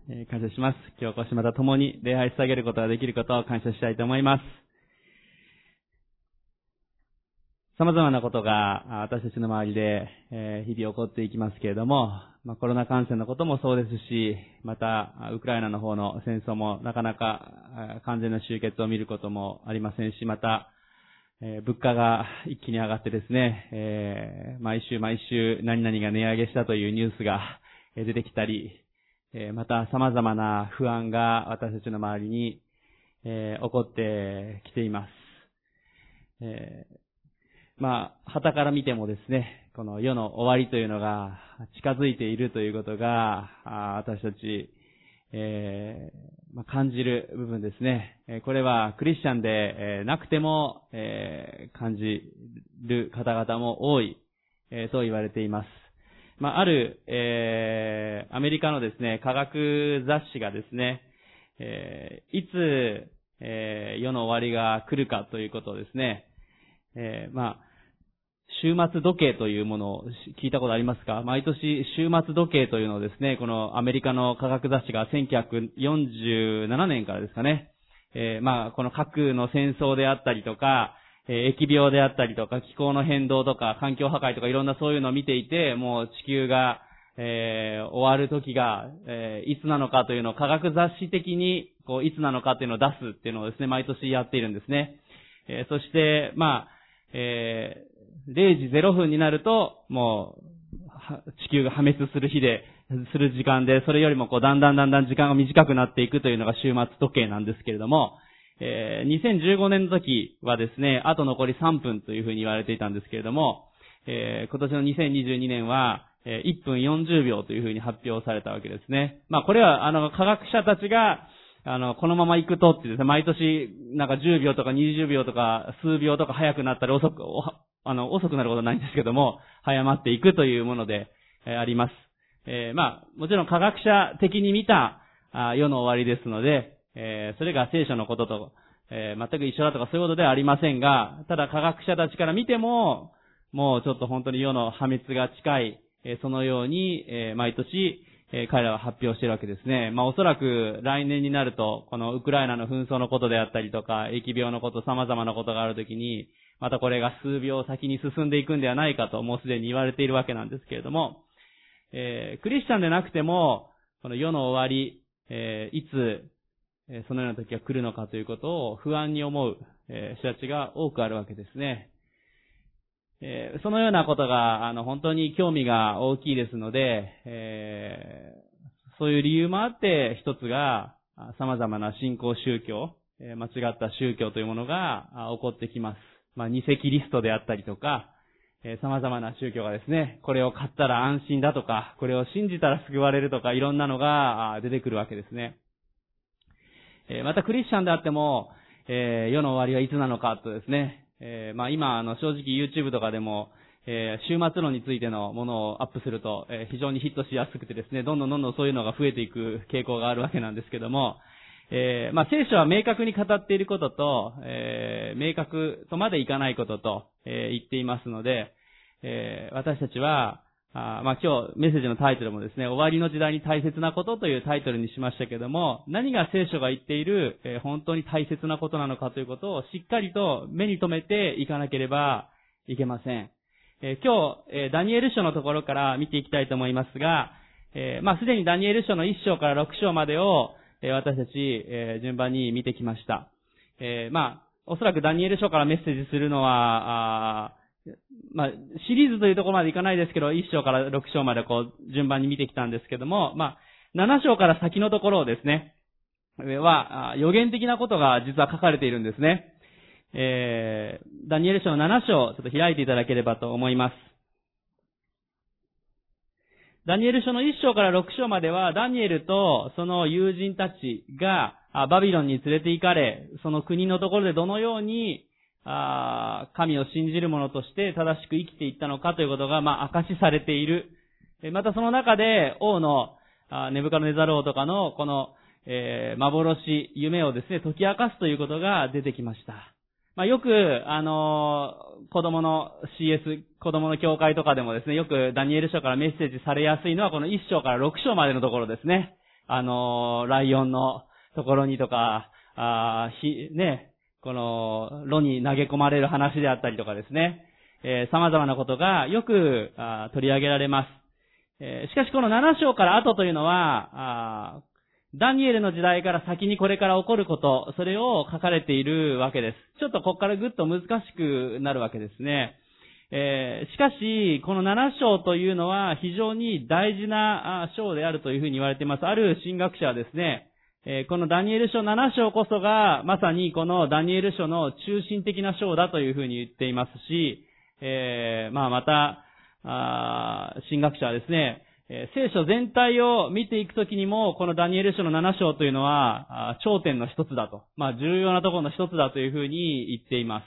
感謝します。今日こうしてまた共に礼拝してあげることができることを感謝したいと思います。様々なことが私たちの周りで日々起こっていきますけれども、コロナ感染のこともそうですし、またウクライナの方の戦争もなかなか完全な終結を見ることもありませんし、また物価が一気に上がってですね、毎週何々が値上げしたというニュースが出てきたり、また様々な不安が私たちの周りに起こってきています。傍から見てもですね、この世の終わりというのが近づいているということが私たち感じる部分ですね。これはクリスチャンでなくても感じる方々も多いと言われています。あるアメリカのですね、科学雑誌がですね、いつ世の終わりが来るかということをですね、終末時計というものを聞いたことありますか？毎年終末時計というのをですね、このアメリカの科学雑誌が1947年からですかね、この核の戦争であったりとか、疫病であったりとか、気候の変動とか、環境破壊とかいろんなそういうのを見ていて、もう地球が、終わる時が、いつなのかというのを科学雑誌的に、いつなのかというのを出すっていうのをですね、毎年やっているんですね。そして、0時0分になると、もう、地球が破滅する時間で、それよりもだんだん時間が短くなっていくというのが終末時計なんですけれども、2015年の時はですね、あと残り3分というふうに言われていたんですけれども、今年の2022年は、1分40秒というふうに発表されたわけですね。これは、科学者たちが、このまま行くとってですね、毎年、10秒とか20秒とか、数秒とか早くなったり遅くなることはないんですけども、早まっていくというもので、あります。もちろん科学者的に見た、世の終わりですので、それが聖書のことと、全く一緒だとかそういうことではありませんが、ただ科学者たちから見ても、もうちょっと本当に世の破滅が近い、そのように、毎年、彼らは発表しているわけですね。おそらく来年になると、このウクライナの紛争のことであったりとか、疫病のこと、様々なことがあるときに、またこれが数秒先に進んでいくんではないかと、もうすでに言われているわけなんですけれども、クリスチャンでなくても、この世の終わり、いつ、そのような時が来るのかということを不安に思う人たちが多くあるわけですね。そのようなことが、本当に興味が大きいですので、そういう理由もあって、一つが、様々な新興宗教、間違った宗教というものが起こってきます。偽キリストであったりとか、様々な宗教がですね、これを買ったら安心だとか、これを信じたら救われるとか、いろんなのが出てくるわけですね。またクリスチャンであっても、世の終わりはいつなのかとですね、今、正直 YouTube とかでも、終末論についてのものをアップすると、非常にヒットしやすくてですね、どんどんそういうのが増えていく傾向があるわけなんですけども、聖書は明確に語っていることと、明確とまでいかないことと、言っていますので、私たちは、今日メッセージのタイトルもですね、終わりの時代に大切なことというタイトルにしましたけども、何が聖書が言っている、本当に大切なことなのかということをしっかりと目に留めていかなければいけません。今日、ダニエル書のところから見ていきたいと思いますが、すでにダニエル書の1章から6章までを、私たち、順番に見てきました。おそらくダニエル書からメッセージするのは、シリーズというところまでいかないですけど、1章から6章まで順番に見てきたんですけども、7章から先のところをですね、予言的なことが実は書かれているんですね。ダニエル書の7章、ちょっと開いていただければと思います。ダニエル書の1章から6章までは、ダニエルとその友人たちがバビロンに連れて行かれ、その国のところでどのように神を信じる者として正しく生きていったのかということが、証しされている。またその中で、王のネブカドネザル王とかのこの、幻、夢をですね、解き明かすということが出てきました。よく、子供の CS、子供の教会とかでもですね、よくダニエル書からメッセージされやすいのはこの1章から6章までのところですね。 ライオンのところにとか、この、炉に投げ込まれる話であったりとかですね、様々なことがよく取り上げられます。しかしこの7章から後というのは、ダニエルの時代から先にこれから起こること、それを書かれているわけです。ちょっとここからぐっと難しくなるわけですね。しかし、この7章というのは非常に大事な章であるというふうに言われています。ある神学者はですね、このダニエル書7章こそが、まさにこのダニエル書の中心的な章だというふうに言っていますし、また、神学者はですね、聖書全体を見ていくときにも、このダニエル書の7章というのは、頂点の一つだと、重要なところの一つだというふうに言っています。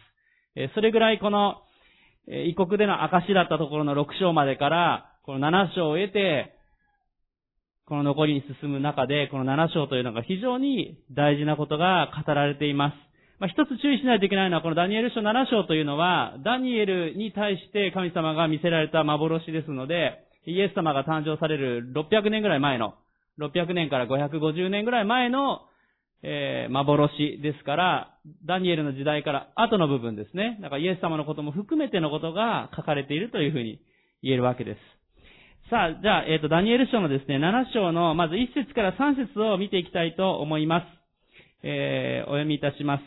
それぐらいこの、異国での証だったところの6章までから、この7章を得て、この残りに進む中で、この7章というのが非常に大事なことが語られています。一つ注意しないといけないのは、このダニエル書7章というのは、ダニエルに対して神様が見せられた幻ですので、イエス様が誕生される600年ぐらい前の、600年から550年ぐらい前の、幻ですから、ダニエルの時代から後の部分ですね。だからイエス様のことも含めてのことが書かれているというふうに言えるわけです。さあ、じゃあ、ダニエル書のですね、7章の、まず1節から3節を見ていきたいと思います。お読みいたします。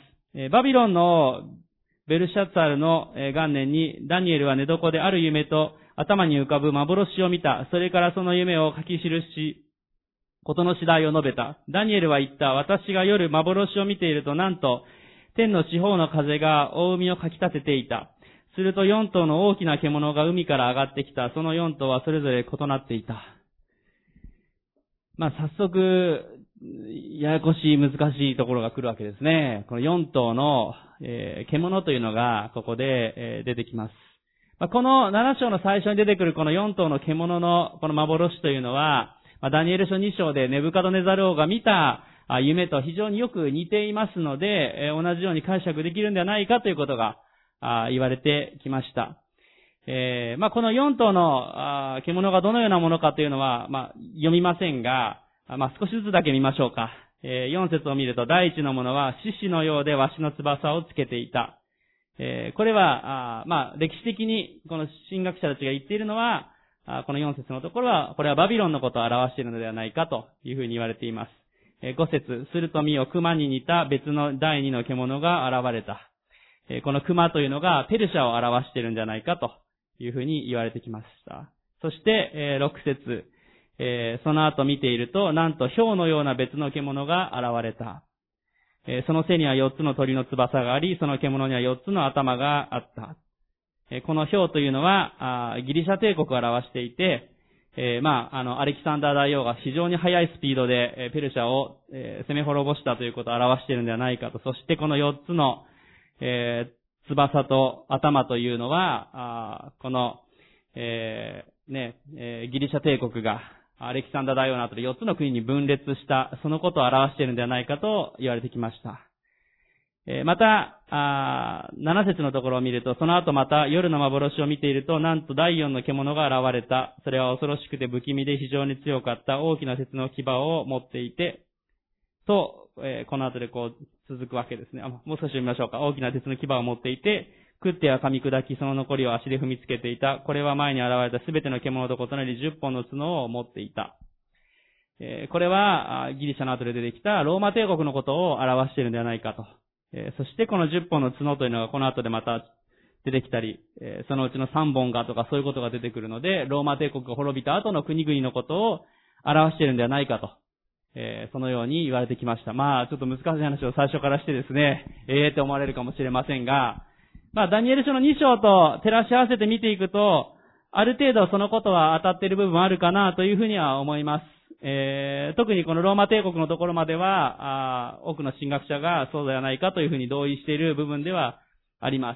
バビロンのベルシャツァルの元年に、ダニエルは寝床である夢と頭に浮かぶ幻を見た。それからその夢を書き記し、ことの次第を述べた。ダニエルは言った。私が夜幻を見ていると、なんと、天の四方の風が大海をかき立てていた。すると4頭の大きな獣が海から上がってきた。その4頭はそれぞれ異なっていた。早速、ややこしい難しいところが来るわけですね。この4頭の、獣というのがここで、出てきます。この7章の最初に出てくるこの4頭の獣のこの幻というのは、ダニエル書2章でネブカドネザル王が見た夢と非常によく似ていますので、同じように解釈できるんではないかということが言われてきました。この4頭の獣がどのようなものかというのは、読みませんが、少しずつだけ見ましょうか。4節を見ると、第一のものは獅子のようでわしの翼をつけていた。これは、歴史的にこの神学者たちが言っているのは、この4節のところは、これはバビロンのことを表しているのではないかというふうに言われています。5節、すると見よ、熊に似た別の第二の獣が現れた。この熊というのがペルシャを表しているんじゃないかというふうに言われてきました。そして、6節、その後見ていると、なんと豹のような別の獣が現れた。その背には4つの鳥の翼があり、その獣には4つの頭があった。この豹というのは、ギリシャ帝国を表していて、アレキサンダー大王が非常に速いスピードで、ペルシャを、攻め滅ぼしたということを表しているのではないかと。そしてこの4つの、翼と頭というのは、この、ギリシャ帝国が、アレキサンダー大王の後で4つの国に分裂した、そのことを表しているのではないかと言われてきました。また、7節のところを見ると、その後また夜の幻を見ていると、なんと第4の獣が現れた。それは恐ろしくて不気味で非常に強かった大きな鉄の牙を持っていて、と、この後で続くわけですね。もう少し読みましょうか。大きな鉄の牙を持っていて、食っては噛み砕き、その残りを足で踏みつけていた。これは前に現れたすべての獣と異なり10本の角を持っていた。これはギリシャの後で出てきたローマ帝国のことを表しているのではないかと。そしてこの10本の角というのがこの後でまた出てきたり、そのうちの3本がとかそういうことが出てくるので、ローマ帝国が滅びた後の国々のことを表しているのではないかと。そのように言われてきました。ちょっと難しい話を最初からしてですね、って思われるかもしれませんが、ダニエル書の2章と照らし合わせて見ていくと、ある程度そのことは当たっている部分もあるかなというふうには思います。特にこのローマ帝国のところまでは、多くの神学者がそうではないかというふうに同意している部分ではあります。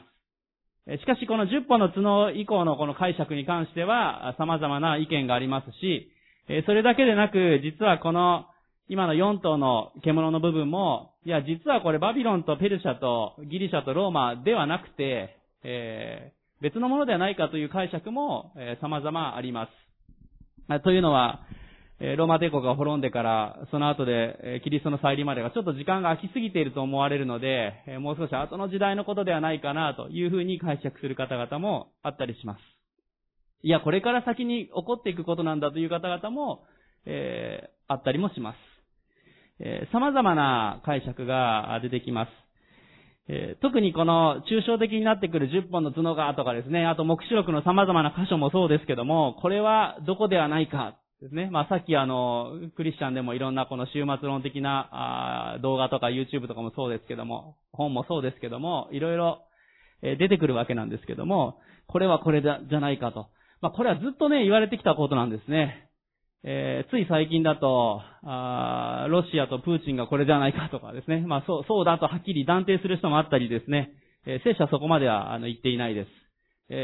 しかしこの10本の角以降のこの解釈に関しては様々な意見がありますし、それだけでなく、実はこの今の4頭の獣の部分も、いや実はこれバビロンとペルシャとギリシャとローマではなくて、別のものではないかという解釈も、様々あります。というのは、 ローマ帝国が滅んでから、その後でキリストの再臨までがちょっと時間が空きすぎていると思われるので、もう少し後の時代のことではないかなというふうに解釈する方々もあったりします。いや、これから先に起こっていくことなんだという方々も、あったりもします。様々な解釈が出てきます。特にこの抽象的になってくる10本の角がとかですね、あと黙示録の様々な箇所もそうですけども、これはどこではないかですね。さっきクリスチャンでもいろんなこの終末論的な動画とか YouTube とかもそうですけども、本もそうですけども、いろいろ出てくるわけなんですけども、これはこれじゃないかと。これはずっとね、言われてきたことなんですね。つい最近だと、ロシアとプーチンがこれじゃないかとかですね。そうだとはっきり断定する人もあったりですね。聖書はそこまでは言っていないです。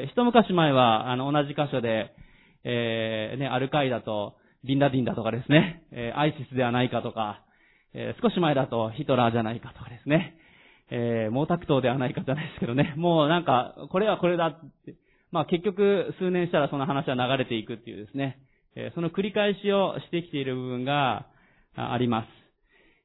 一昔前は同じ箇所で、アルカイダとビンラディンだとかですね。アイシスではないかとか、少し前だとヒトラーじゃないかとかですね。毛沢東ではないかじゃないですけどね。もうなんか、これはこれだって。結局数年したらその話は流れていくっていうですね。その繰り返しをしてきている部分があります。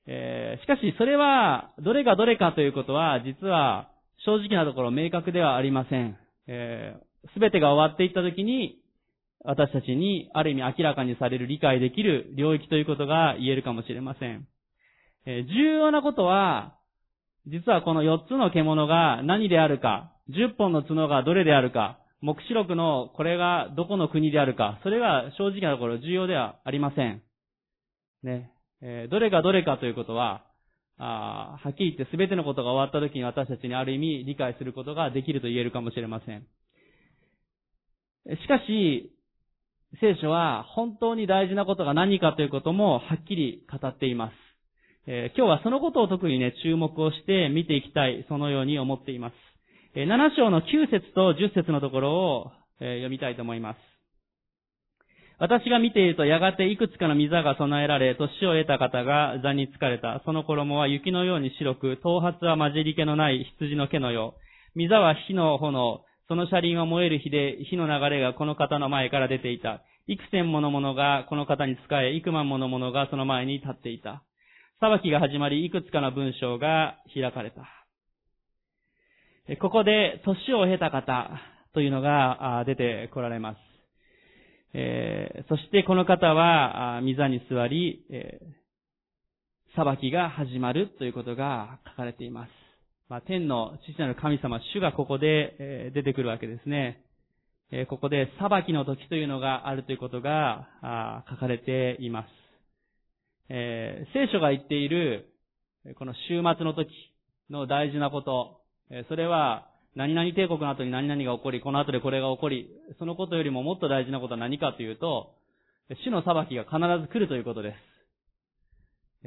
しかしそれはどれがどれかということは実は正直なところ明確ではありません。すべてが終わっていったときに私たちにある意味明らかにされる理解できる領域ということが言えるかもしれません。重要なことは実はこの4つの獣が何であるか、10本の角がどれであるか、黙示録のこれがどこの国であるか、それが正直なところ重要ではありません。ね。どれがどれかということは、はっきり言って全てのことが終わった時に私たちにある意味理解することができると言えるかもしれません。しかし、聖書は本当に大事なことが何かということもはっきり語っています。今日はそのことを特にね、注目をして見ていきたい、そのように思っています。7章の9節と10節のところを読みたいと思います。私が見ているとやがていくつかの御座が備えられ、年を得た方が座に就かれた。その衣は雪のように白く、頭髪は混じり気のない羊の毛のよう。御座は火の炎、その車輪は燃える火で、火の流れがこの方の前から出ていた。幾千もの者がこの方に仕え、幾万もの者がその前に立っていた。裁きが始まり、いくつかの文章が開かれた。ここで、年を経た方というのが出てこられます。そしてこの方は、御座に座り、裁きが始まるということが書かれています。天の父なる神様、主がここで出てくるわけですね。ここで裁きの時というのがあるということが書かれています。聖書が言っている、この終末の時の大事なこと、それは、何々帝国の後に何々が起こり、この後でこれが起こり、そのことよりももっと大事なことは何かというと、主の裁きが必ず来るということです。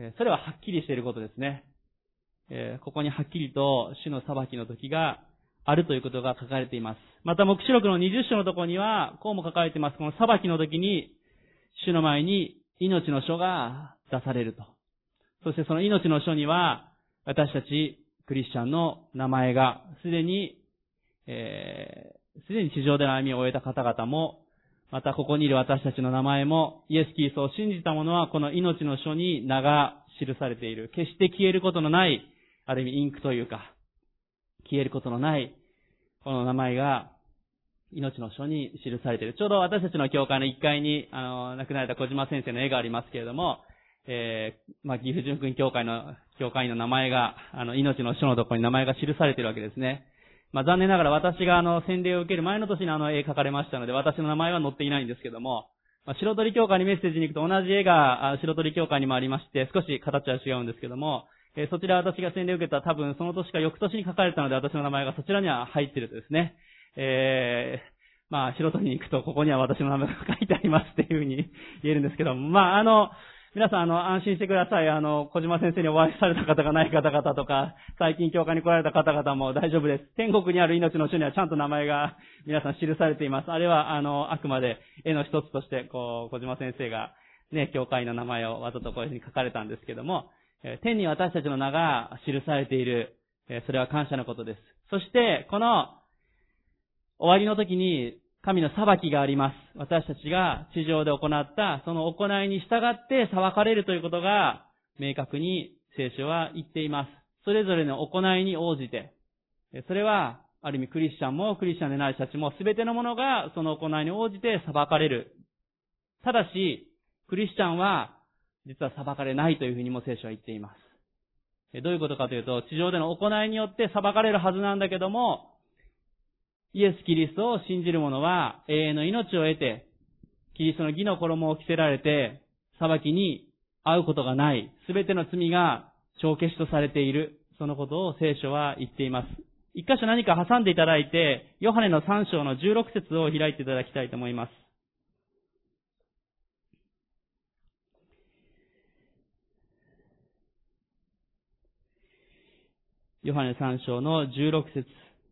それははっきりしていることですね。ここにはっきりと主の裁きの時があるということが書かれています。また、黙示録の20章のところには、こうも書かれています。この裁きの時に、主の前に命の書が出されると。そしてその命の書には、私たち、クリスチャンの名前がすでに地上での歩みを終えた方々も、またここにいる私たちの名前も、イエス・キリストを信じた者はこの命の書に名が記されている。決して消えることのない、ある意味インクというか、消えることのない、この名前が命の書に記されている。ちょうど私たちの教会の1階に、亡くなられた小島先生の絵がありますけれども、岐阜純君教会の教会員の名前が、命の書のところに名前が記されているわけですね。残念ながら私が洗礼を受ける前の年に絵描かれましたので、私の名前は載っていないんですけども、白鳥教会にメッセージに行くと同じ絵が白鳥教会にもありまして、少し形は違うんですけども、そちら私が洗礼を受けた多分その年か翌年に書かれたので、私の名前がそちらには入っているとですね。白鳥に行くとここには私の名前が書いてありますっていうふうに言えるんですけども、皆さん、安心してください。小島先生にお会いされた方がない方々とか、最近教会に来られた方々も大丈夫です。天国にある命の書にはちゃんと名前が皆さん記されています。あれは、あくまで絵の一つとして、小島先生がね、教会の名前をわざとこういうふうに書かれたんですけども、天に私たちの名が記されている。それは感謝のことです。そして、この終わりの時に神の裁きがあります。私たちが地上で行ったその行いに従って裁かれるということが明確に聖書は言っています。それぞれの行いに応じて、それはある意味クリスチャンもクリスチャンでない人たちも全てのものがその行いに応じて裁かれる。ただし、クリスチャンは実は裁かれないというふうにも聖書は言っています。どういうことかというと、地上での行いによって裁かれるはずなんだけども、イエス・キリストを信じる者は永遠の命を得て、キリストの義の衣を着せられて、裁きに遭うことがない、すべての罪が帳消しとされている、そのことを聖書は言っています。一箇所何か挟んでいただいて、ヨハネの3章の16節を開いていただきたいと思います。ヨハネ3章の16節。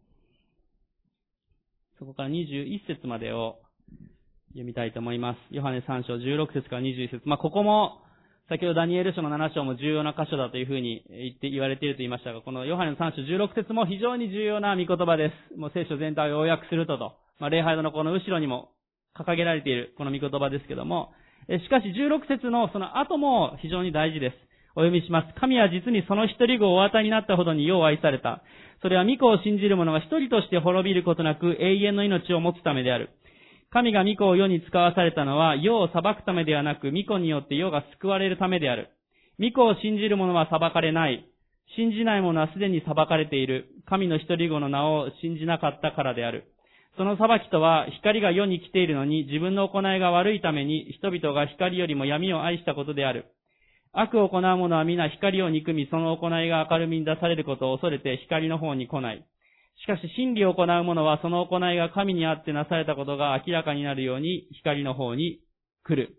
そこから21節までを読みたいと思います。ヨハネ3章16節から21節。ここも、先ほどダニエル書の7章も重要な箇所だというふうに言われていると言いましたが、このヨハネの3章16節も非常に重要な御言葉です。もう聖書全体を要約すると、礼拝堂のこの後ろにも掲げられているこの御言葉ですけども、しかし16節のその後も非常に大事です。お読みします。神は実にその一人子をお与えになったほどによう愛された。それは御子を信じる者が一人として滅びることなく永遠の命を持つためである。神が御子を世に使わされたのは世を裁くためではなく、御子によって世が救われるためである。御子を信じる者は裁かれない。信じない者はすでに裁かれている。神の一人子の名を信じなかったからである。その裁きとは、光が世に来ているのに自分の行いが悪いために人々が光よりも闇を愛したことである。悪を行う者は皆光を憎み、その行いが明るみに出されることを恐れて光の方に来ない。しかし真理を行う者はその行いが神にあってなされたことが明らかになるように光の方に来る。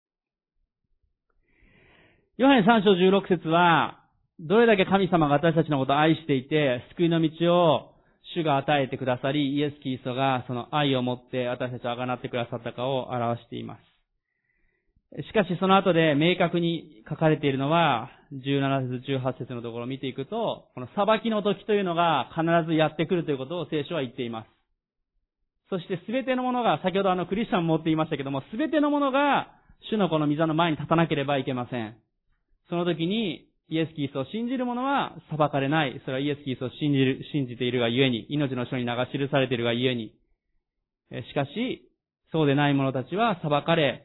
ヨハネ3章16節は、どれだけ神様が私たちのことを愛していて、救いの道を主が与えてくださり、イエス・キリストがその愛を持って私たちをあがなってくださったかを表しています。しかしその後で明確に書かれているのは、17節18節のところを見ていくと、この裁きの時というのが必ずやってくるということを聖書は言っています。そして全てのものが、先ほどクリスチャンもって言いましたけども、全てのものが主のこの御座の前に立たなければいけません。その時にイエス・キリストを信じる者は裁かれない。それはイエス・キリストを信じているがゆえに、命の書に名が記されているがゆえに。しかし、そうでない者たちは裁かれ、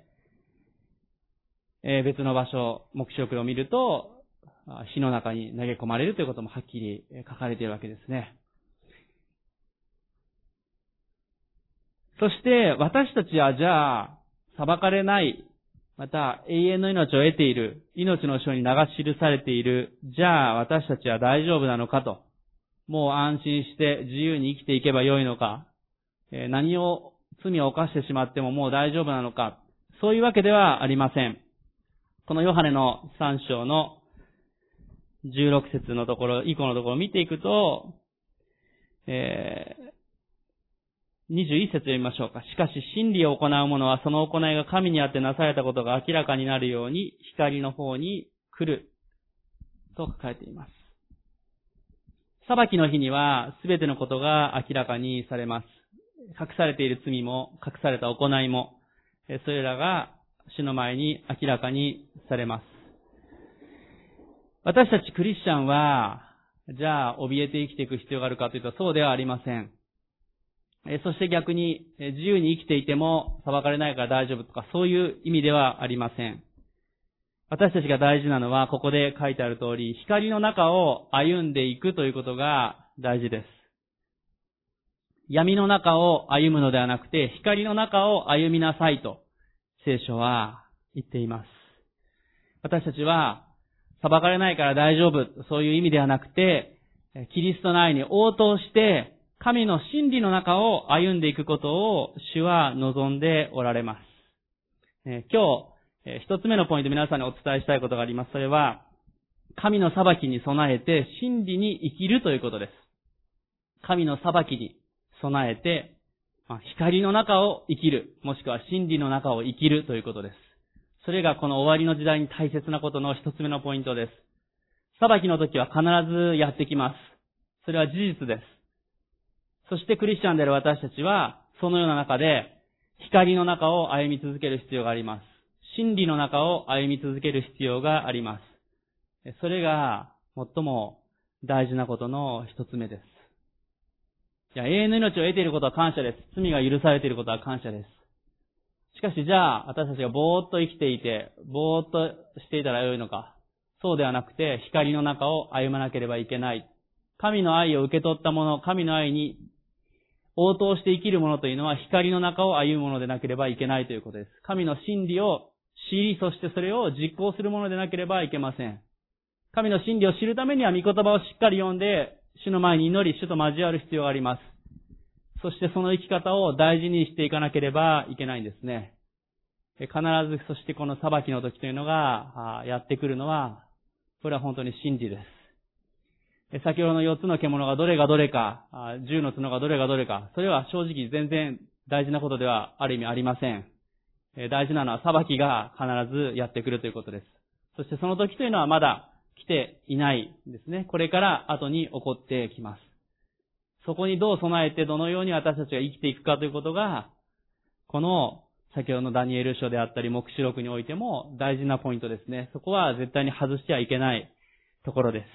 別の場所、黙示録を見ると、火の中に投げ込まれるということもはっきり書かれているわけですね。そして私たちはじゃあ、裁かれない、また永遠の命を得ている、命の書に名が記されている、じゃあ私たちは大丈夫なのかと、もう安心して自由に生きていけばよいのか、何を罪を犯してしまってももう大丈夫なのか、そういうわけではありません。このヨハネの3章の16節のところ、以降のところを見ていくと、21節読みましょうか。しかし真理を行う者はその行いが神にあってなされたことが明らかになるように光の方に来ると書かれています。裁きの日にはすべてのことが明らかにされます。隠されている罪も隠された行いも、それらが主の前に明らかにされます。私たちクリスチャンは、じゃあ怯えて生きていく必要があるかというとそうではありません。そして逆に自由に生きていても裁かれないから大丈夫とかそういう意味ではありません。私たちが大事なのはここで書いてある通り、光の中を歩んでいくということが大事です。闇の中を歩むのではなくて光の中を歩みなさいと聖書は言っています。私たちは裁かれないから大丈夫、そういう意味ではなくて、キリストの愛に応答して神の真理の中を歩んでいくことを主は望んでおられます。今日一つ目のポイント、皆さんにお伝えしたいことがあります。それは神の裁きに備えて真理に生きるということです。神の裁きに備えて光の中を生きる、もしくは真理の中を生きるということです。それがこの終わりの時代に大切なことの一つ目のポイントです。裁きの時は必ずやってきます。それは事実です。そしてクリスチャンである私たちは、 そのような中で、光の中を歩み続ける必要があります。真理の中を歩み続ける必要があります。それが最も大事なことの一つ目です。永遠の命を得ていることは感謝です。罪が許されていることは感謝です。しかしじゃあ、私たちがぼーっと生きていて、ぼーっとしていたらよいのか。そうではなくて、光の中を歩まなければいけない。神の愛を受け取った者、神の愛に応答して生きる者というのは、光の中を歩む者でなければいけないということです。神の真理を知り、そしてそれを実行する者でなければいけません。神の真理を知るためには、御言葉をしっかり読んで、主の前に祈り、主と交わる必要があります。そしてその生き方を大事にしていかなければいけないんですね。必ず、そしてこの裁きの時というのがやってくるのは、これは本当に真理です。先ほどの4つの獣がどれがどれか、10の角がどれがどれか、それは正直全然大事なことではある意味ありません。大事なのは裁きが必ずやってくるということです。そしてその時というのはまだ来ていないんですね。これから後に起こってきます。そこにどう備えてどのように私たちが生きていくかということが、この先ほどのダニエル書であったり黙示録においても大事なポイントですね。そこは絶対に外してはいけないところです。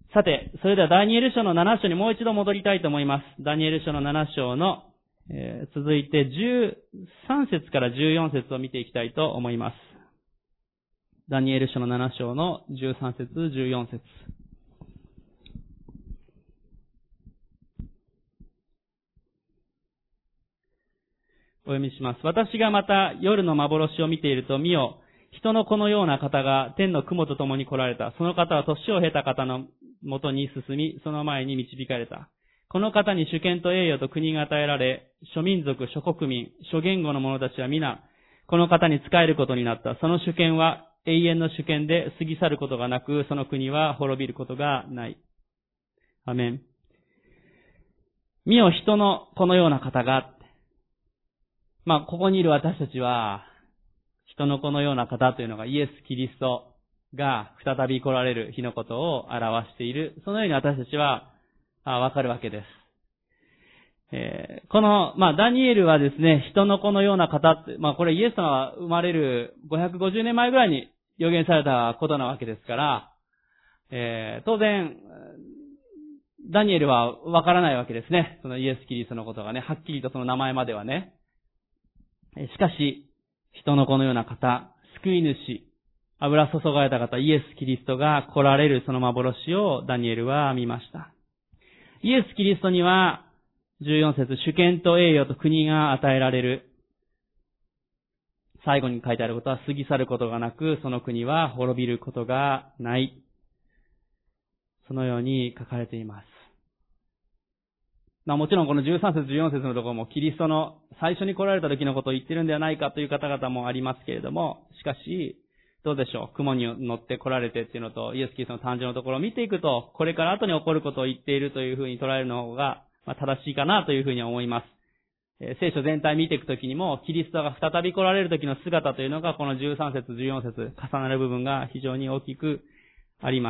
さて、それではダニエル書の7章にもう一度戻りたいと思います。ダニエル書の7章の、続いて13節から14節を見ていきたいと思います。ダニエル書の7章の13節、14節。お読みします。私がまた夜の幻を見ていると、見よ、人の子のような方が天の雲と共に来られた。その方は年を経た方のもとに進み、その前に導かれた。この方に主権と栄誉と国が与えられ、諸民族、諸国民、諸言語の者たちは皆、この方に仕えることになった。その主権は永遠の主権で過ぎ去ることがなく、その国は滅びることがない。アメン。見よ、人の子のような方が、ここにいる私たちは、人の子のような方というのがイエス・キリストが再び来られる日のことを表している。そのように私たちはわかるわけです。この、ダニエルはですね、人の子のような方って、これイエス様が生まれる550年前ぐらいに予言されたことなわけですから、当然、ダニエルはわからないわけですね。そのイエス・キリストのことがね、はっきりとその名前まではね。しかし、人の子のような方、救い主、油注がれた方、イエス・キリストが来られるその幻をダニエルは見ました。イエス・キリストには、14節、主権と栄誉と国が与えられる。最後に書いてあることは過ぎ去ることがなく、その国は滅びることがない。そのように書かれています。もちろんこの13節14節のところもキリストの最初に来られた時のことを言ってるんではないかという方々もありますけれども、しかし、どうでしょう。雲に乗って来られてっていうのと、イエス・キリストの誕生のところを見ていくと、これから後に起こることを言っているというふうに捉えるのが、正しいかなというふうに思います。聖書全体見ていくときにも、キリストが再び来られる時の姿というのが、この13節14節重なる部分が非常に大きくあります。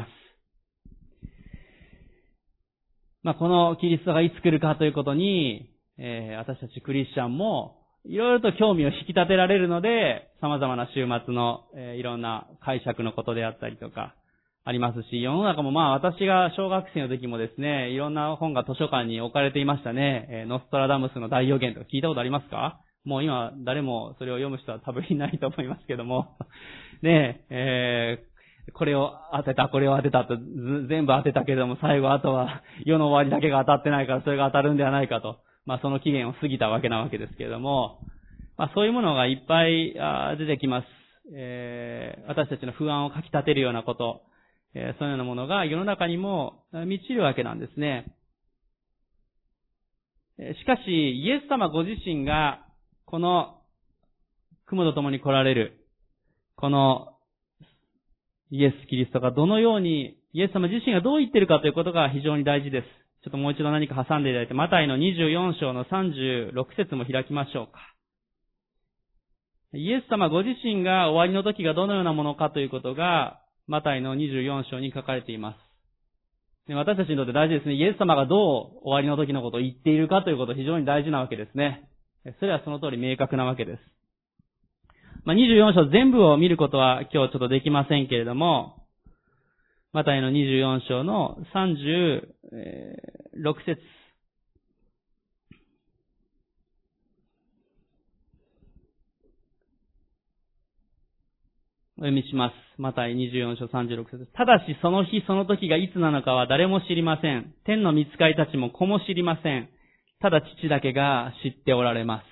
このキリストがいつ来るかということに、私たちクリスチャンもいろいろと興味を引き立てられるので、様々な週末の、いろんな解釈のことであったりとかありますし、世の中も私が小学生の時もですね、いろんな本が図書館に置かれていましたね。ノストラダムスの大予言とか聞いたことありますか？もう今誰もそれを読む人は多分いないと思いますけども、ねこれを当てた、これを当てたと、全部当てたけども、最後あとは世の終わりだけが当たってないから、それが当たるんではないかと。その期限を過ぎたわけなわけですけれども、そういうものがいっぱい出てきます。私たちの不安をかき立てるようなこと、そういうようなものが世の中にも満ちるわけなんですね。しかし、イエス様ご自身が、この雲と共に来られる、このイエス・キリストがどのように、イエス様自身がどう言っているかということが非常に大事です。ちょっともう一度何か挟んでいただいて、マタイの24章の36節も開きましょうか。イエス様ご自身が終わりの時がどのようなものかということが、マタイの24章に書かれています。 私たちにとって大事ですね。イエス様がどう終わりの時のことを言っているかということ非常に大事なわけですね。それはその通り明確なわけです。24章全部を見ることは今日ちょっとできませんけれども、マタイの24章の36節。お読みします。マタイ24章36節。ただしその日その時がいつなのかは誰も知りません。天の御使いたちも子も知りません。ただ父だけが知っておられます。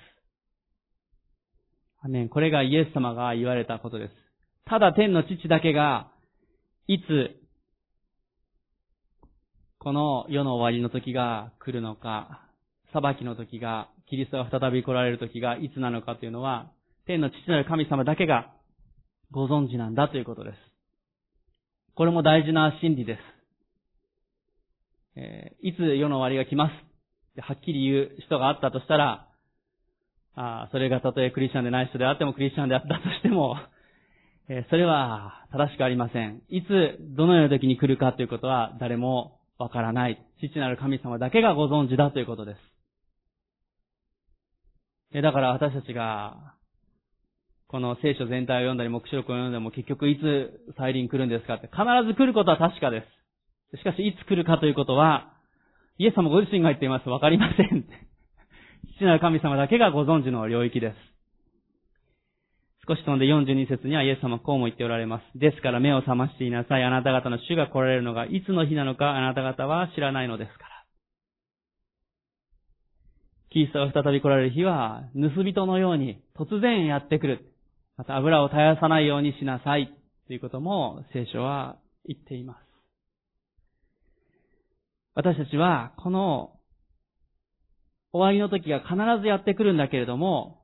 アメン。これがイエス様が言われたことです。ただ天の父だけがいつこの世の終わりの時が来るのか、裁きの時が、キリストが再び来られる時がいつなのかというのは、天の父なる神様だけがご存知なんだということです。これも大事な真理です。いつ世の終わりが来ますってはっきり言う人があったとしたら、それがたとえクリスチャンでない人であってもクリスチャンであったとしても、それは正しくありません。いつ、どのような時に来るかということは誰もわからない。父なる神様だけがご存知だということです。だから私たちが、この聖書全体を読んだり、黙示録を読んでも結局いつ再臨来るんですかって、必ず来ることは確かです。しかしいつ来るかということは、イエス様ご自身が言っています。わかりません。父なる神様だけがご存知の領域です。少し飛んで42節にはイエス様はこうも言っておられます。ですから目を覚ましていなさい。あなた方の主が来られるのがいつの日なのかあなた方は知らないのですから。キリストが再び来られる日は盗人のように突然やってくる。また油を絶やさないようにしなさい。ということも聖書は言っています。私たちはこの終わりの時が必ずやってくるんだけれども、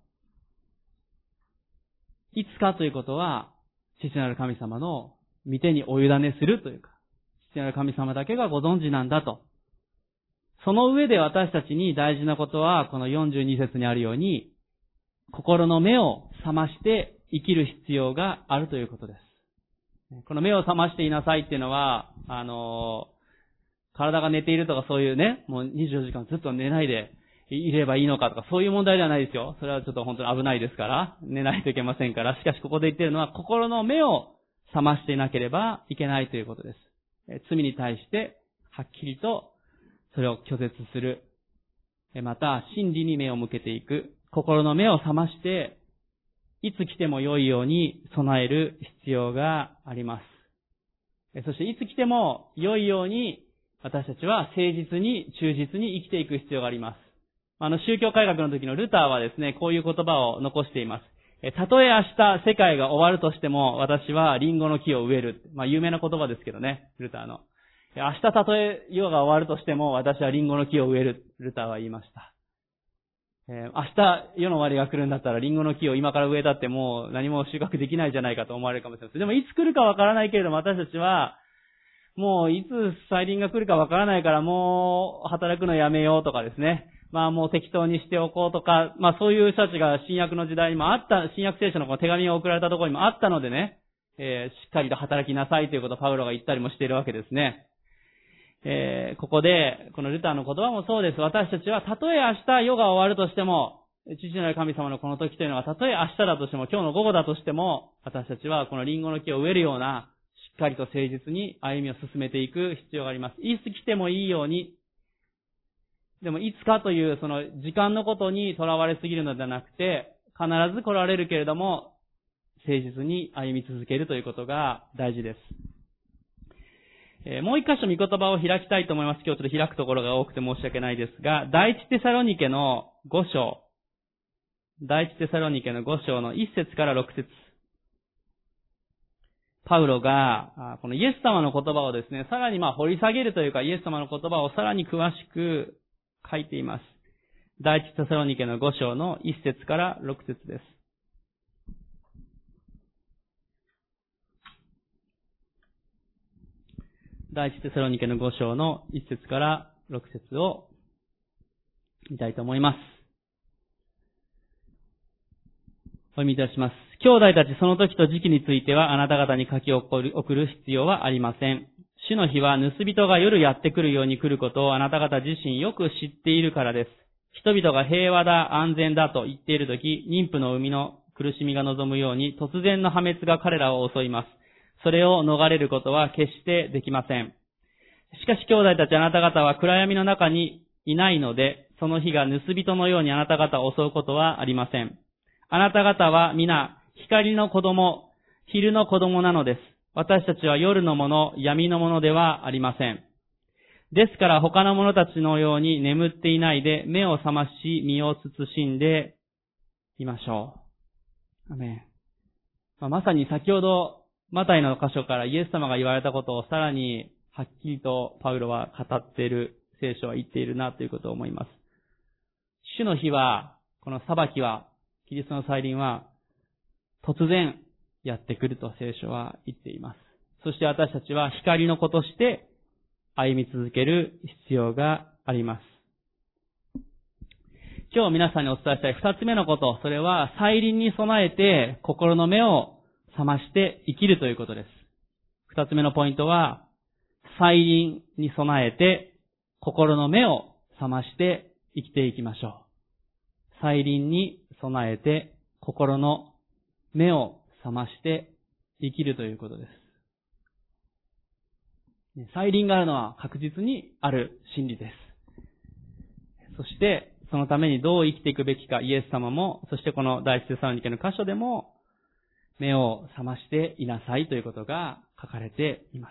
いつかということは、父なる神様の御手にお委ねするというか、父なる神様だけがご存知なんだと。その上で私たちに大事なことは、この42節にあるように、心の目を覚まして生きる必要があるということです。この目を覚ましていなさいっていうのは、体が寝ているとかそういうね、もう24時間ずっと寝ないでいればいいのかとかそういう問題ではないですよ。それはちょっと本当に危ないですから、寝ないといけませんから。しかしここで言っているのは、心の目を覚ましていなければいけないということです。罪に対してはっきりとそれを拒絶する。また、真理に目を向けていく。心の目を覚まして、いつ来ても良いように備える必要があります。そしていつ来ても良いように私たちは誠実に忠実に生きていく必要があります。宗教改革の時のルターはですね、こういう言葉を残しています。たとえ明日世界が終わるとしても、私はリンゴの木を植える。有名な言葉ですけどね、ルターの。明日たとえ世が終わるとしても、私はリンゴの木を植える。ルターは言いました。明日世の終わりが来るんだったら、リンゴの木を今から植えたってもう何も収穫できないじゃないかと思われるかもしれません。でもいつ来るかわからないけれども、私たちは、もういつ再臨が来るかわからないから、もう働くのやめようとかですね。もう適当にしておこうとか、そういう人たちが新約の時代にもあった、新約聖書のこの手紙が送られたところにもあったのでね、しっかりと働きなさいということをパウロが言ったりもしているわけですね。ここで、このルターの言葉もそうです。私たちは、たとえ明日世が終わるとしても、父なる神様のこの時というのは、たとえ明日だとしても、今日の午後だとしても、私たちはこのリンゴの木を植えるような、しっかりと誠実に歩みを進めていく必要があります。いつ来てもいいように、でもいつかというその時間のことにとらわれすぎるのではなくて、必ず来られるけれども、誠実に歩み続けるということが大事です。もう一箇所御言葉を開きたいと思います。今日ちょっと開くところが多くて申し訳ないですが、第一テサロニケの5章。第一テサロニケの5章の1節から6節。パウロが、このイエス様の言葉をですね、さらに掘り下げるというか、イエス様の言葉をさらに詳しく書いています。第一テサロニケの5章の1節から6節です。第一テサロニケの5章の1節から6節を見たいと思います。お読みいたします。兄弟たち、その時と時期についてはあなた方に書き送る必要はありません。 主の日は盗人が夜やってくるように来ることをあなた方自身よく知っているからです。人々が平和だ、安全だと言っているとき、妊婦の産みの苦しみが望むように突然の破滅が彼らを襲います。それを逃れることは決してできません。しかし兄弟たち、あなた方は暗闇の中にいないので、その日が盗人のようにあなた方を襲うことはありません。あなた方は皆、光の子供、昼の子供なのです。私たちは夜のもの、闇のものではありません。ですから他の者たちのように眠っていないで、目を覚まし、身を慎んでいましょう。アメン。まさに先ほど、マタイの箇所からイエス様が言われたことをさらにはっきりとパウロは語っている、聖書は言っているなということを思います。主の日は、この裁きは、キリストの再臨は、突然やってくると聖書は言っています。そして私たちは光の子として歩み続ける必要があります。今日皆さんにお伝えしたい二つ目のこと、それは再臨に備えて心の目を覚まして生きるということです。二つ目のポイントは、再臨に備えて心の目を覚まして生きていきましょう。再臨に備えて心の目を覚まして生きるということです。再臨があるのは確実にある真理です。そして、そのためにどう生きていくべきか、イエス様も、そしてこの第一テサロニケの箇所でも、目を覚ましていなさいということが書かれています。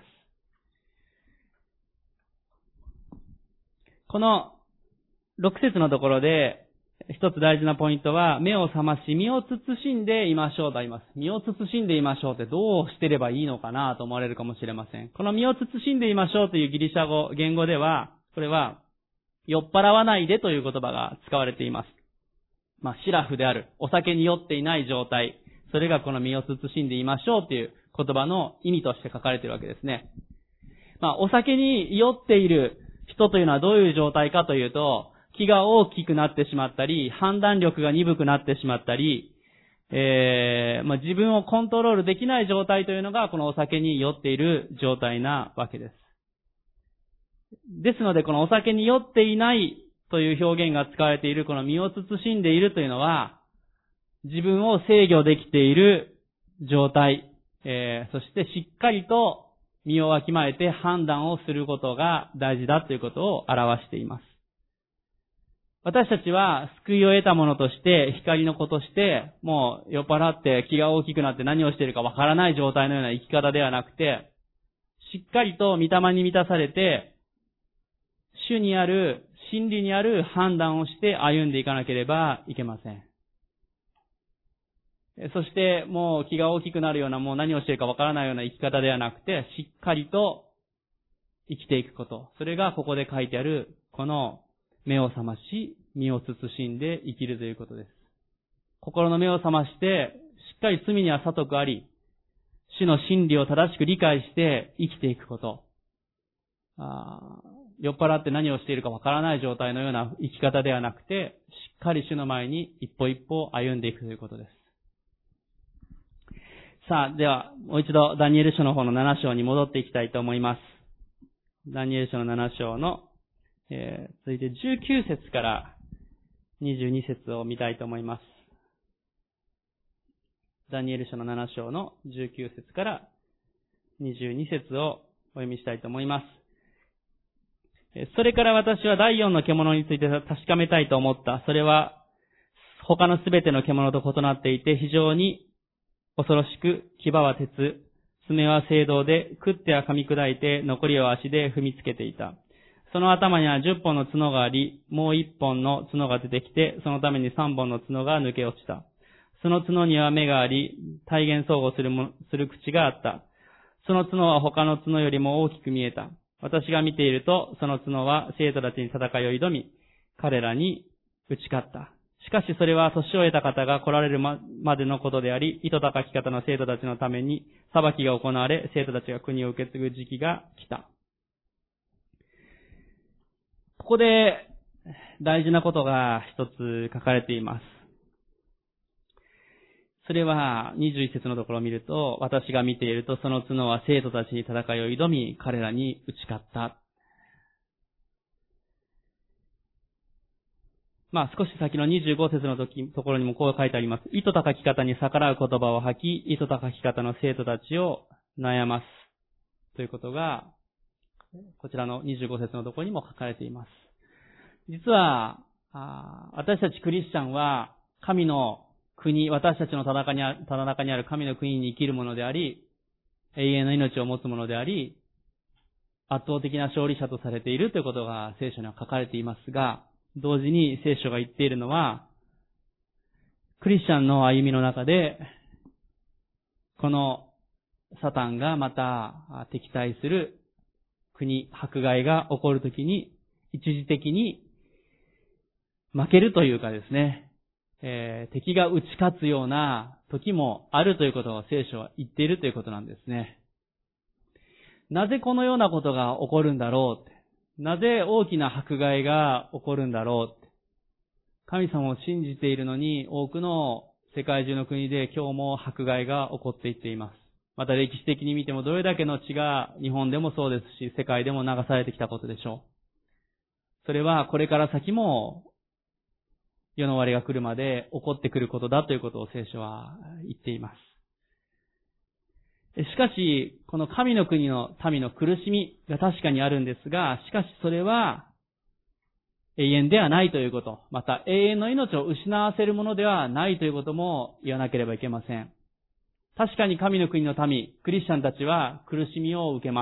この6節のところで、一つ大事なポイントは、目を覚まし、身を慎んでいましょうとあります。身を慎んでいましょうってどうしてればいいのかなと思われるかもしれません。この身を慎んでいましょうというギリシャ語、言語では、これは、酔っ払わないでという言葉が使われています。シラフである。お酒に酔っていない状態。それがこの身を慎んでいましょうという言葉の意味として書かれているわけですね。お酒に酔っている人というのはどういう状態かというと、気が大きくなってしまったり、判断力が鈍くなってしまったり、自分をコントロールできない状態というのがこのお酒に酔っている状態なわけです。ですのでこのお酒に酔っていないという表現が使われているこの身を慎んでいるというのは、自分を制御できている状態、そしてしっかりと身をわきまえて判断をすることが大事だということを表しています。私たちは救いを得たものとして、光の子として、もう酔っ払って気が大きくなって何をしているかわからない状態のような生き方ではなくて、しっかりと御霊に満たされて、主にある、真理にある判断をして歩んでいかなければいけません。そしてもう気が大きくなるような、もう何をしているかわからないような生き方ではなくて、しっかりと生きていくこと。それがここで書いてある、この目を覚まし、身を慎んで生きるということです。心の目を覚まして、しっかり罪には悟くあり、主の真理を正しく理解して生きていくこと。酔っ払って何をしているかわからない状態のような生き方ではなくて、しっかり主の前に一歩一歩歩んでいくということです。さあ、では、もう一度ダニエル書の方の7章に戻っていきたいと思います。ダニエル書の7章の、続いて19節から22節を見たいと思います。ダニエル書の7章の19節から22節をお読みしたいと思います。それから私は第4の獣について確かめたいと思った。それは他のすべての獣と異なっていて非常に恐ろしく、牙は鉄、爪は青銅で、食っては噛み砕いて、残りは足で踏みつけていた。その頭には10本の角があり、もう1本の角が出てきて、そのために3本の角が抜け落ちた。その角には目があり、体現相互する口があった。その角は他の角よりも大きく見えた。私が見ていると、その角は生徒たちに戦いを挑み、彼らに打ち勝った。しかしそれは年を得た方が来られるまでのことであり、意図高き方の生徒たちのために裁きが行われ、生徒たちが国を受け継ぐ時期が来た。ここで大事なことが一つ書かれています。 それは21節のところを見ると、私が見ているとその角は生徒たちに戦いを挑み、彼らに打ち勝った。少し先の25節のところにもこう書いてあります。糸高き方に逆らう言葉を吐き、糸高き方の生徒たちを悩ます。ということが、こちらの25節のところにも書かれています。実は、私たちクリスチャンは、神の国、私たちのただ中にある神の国に生きるものであり、永遠の命を持つものであり、圧倒的な勝利者とされているということが聖書には書かれていますが、同時に聖書が言っているのは、クリスチャンの歩みの中で、このサタンがまた敵対する国、迫害が起こるときに、一時的に負けるというかですね、敵が打ち勝つような時もあるということを聖書は言っているということなんですね。なぜこのようなことが起こるんだろうって。なぜ大きな迫害が起こるんだろうって。神様を信じているのに多くの世界中の国で今日も迫害が起こっていっています。また歴史的に見てもどれだけの血が日本でもそうですし、世界でも流されてきたことでしょう。それはこれから先も世の終わりが来るまで起こってくることだということを聖書は言っています。しかし、この神の国の民の苦しみが確かにあるんですが、しかしそれは永遠ではないということ、また永遠の命を失わせるものではないということも言わなければいけません。確かに神の国の民、クリスチャンたちは苦しみを受けます。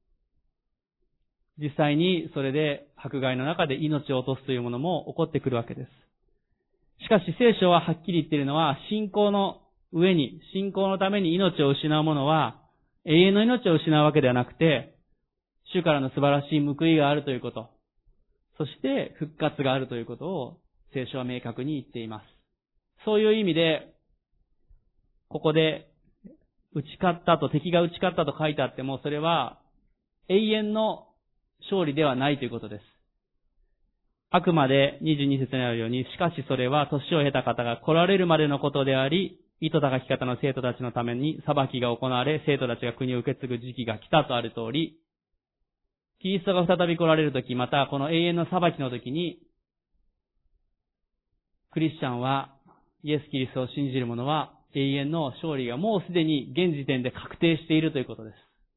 実際にそれで迫害の中で命を落とすというものも起こってくるわけです。しかし聖書ははっきり言っているのは、信仰の上に、信仰のために命を失う者は、永遠の命を失うわけではなくて、主からの素晴らしい報いがあるということ、そして復活があるということを聖書は明確に言っています。そういう意味で、ここで打ち勝ったと、敵が打ち勝ったと書いてあっても、それは永遠の勝利ではないということです。あくまで22節にあるように、しかしそれは年を経た方が来られるまでのことであり、糸高き方の生徒たちのために裁きが行われ、生徒たちが国を受け継ぐ時期が来たとある通り、キリストが再び来られるとき、またこの永遠の裁きのときに、クリスチャンは、イエス・キリストを信じる者は、永遠の勝利がもうすでに現時点で確定しているということです。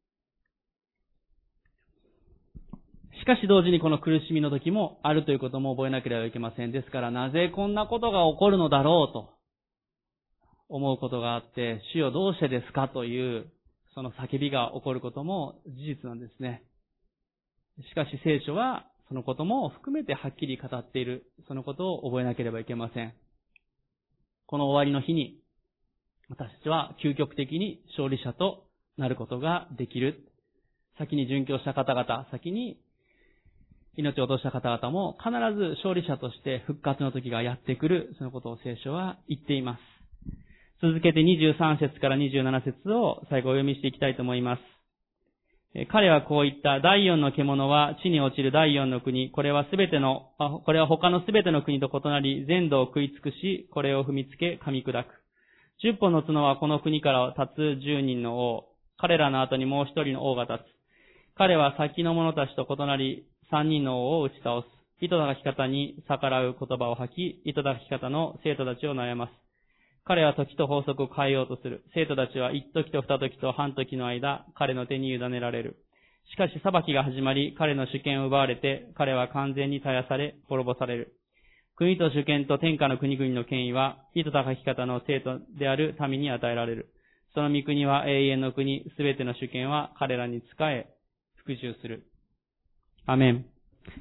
しかし同時にこの苦しみの時もあるということも覚えなければいけません。ですからなぜこんなことが起こるのだろうと思うことがあって、主よどうしてですかというその叫びが起こることも事実なんですね。しかし聖書はそのことも含めてはっきり語っている、そのことを覚えなければいけません。この終わりの日に私たちは究極的に勝利者となることができる。先に殉教した方々、先に命を落とした方々も必ず勝利者として復活の時がやってくる、そのことを聖書は言っています。続けて23節から27節を最後お読みしていきたいと思います。彼はこう言った。第四の獣は地に落ちる第四の国。これは他のすべての国と異なり、全土を食い尽くし、これを踏みつけ噛み砕く。10本の角はこの国から立つ10人の王。彼らの後にもう一人の王が立つ。彼は先の者たちと異なり、3人の王を打ち倒す。糸高き方に逆らう言葉を吐き、糸高き方の生徒たちを悩ます。彼は時と法則を変えようとする。生徒たちは一時と二時と半時の間、彼の手に委ねられる。しかし裁きが始まり、彼の主権を奪われて、彼は完全に絶やされ、滅ぼされる。国と主権と天下の国々の権威は、糸高き方の生徒である民に与えられる。その御国は永遠の国、すべての主権は彼らに仕え、服従する。アメン。